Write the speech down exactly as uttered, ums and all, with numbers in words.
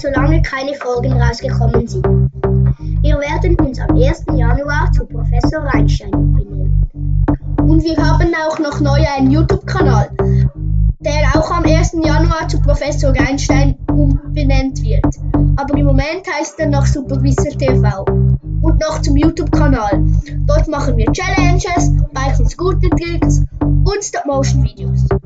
solange keine Folgen rausgekommen sind. Wir werden uns am ersten Januar zu Professor Reinstein umbenennen. Und wir haben auch noch neu einen YouTube-Kanal, der auch am ersten Januar zu Professor Reinstein umbenannt wird. Aber im Moment heißt er noch Supervisor T V. Und noch zum YouTube-Kanal. Dort machen wir Challenges, Bikes und Scooter-Tricks und Stop-Motion-Videos.